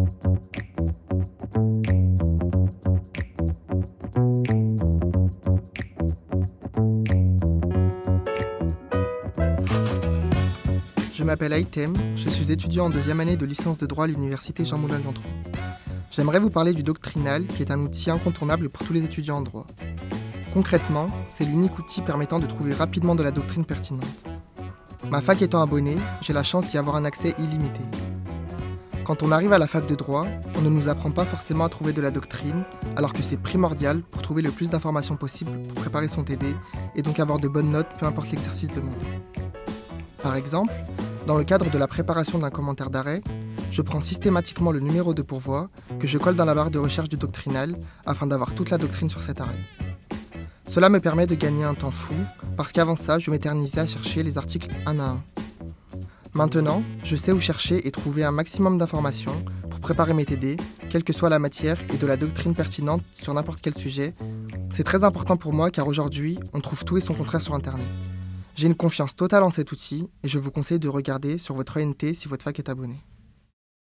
Je m'appelle Aitem, je suis étudiant en deuxième année de licence de droit à l'université Jean Moulin Lyon 3. J'aimerais vous parler du doctrinal, qui est un outil incontournable pour tous les étudiants en droit. Concrètement, c'est l'unique outil permettant de trouver rapidement de la doctrine pertinente. Ma fac étant abonnée, j'ai la chance d'y avoir un accès illimité. Quand on arrive à la fac de droit, on ne nous apprend pas forcément à trouver de la doctrine, alors que c'est primordial pour trouver le plus d'informations possible pour préparer son TD et donc avoir de bonnes notes, peu importe l'exercice demandé. Par exemple, dans le cadre de la préparation d'un commentaire d'arrêt, je prends systématiquement le numéro de pourvoi que je colle dans la barre de recherche du doctrinal afin d'avoir toute la doctrine sur cet arrêt. Cela me permet de gagner un temps fou parce qu'avant ça, je m'éternisais à chercher les articles un à un. Maintenant, je sais où chercher et trouver un maximum d'informations pour préparer mes TD, quelle que soit la matière et de la doctrine pertinente sur n'importe quel sujet. C'est très important pour moi car aujourd'hui, on trouve tout et son contraire sur Internet. J'ai une confiance totale en cet outil et je vous conseille de regarder sur votre ONT si votre fac est abonnée.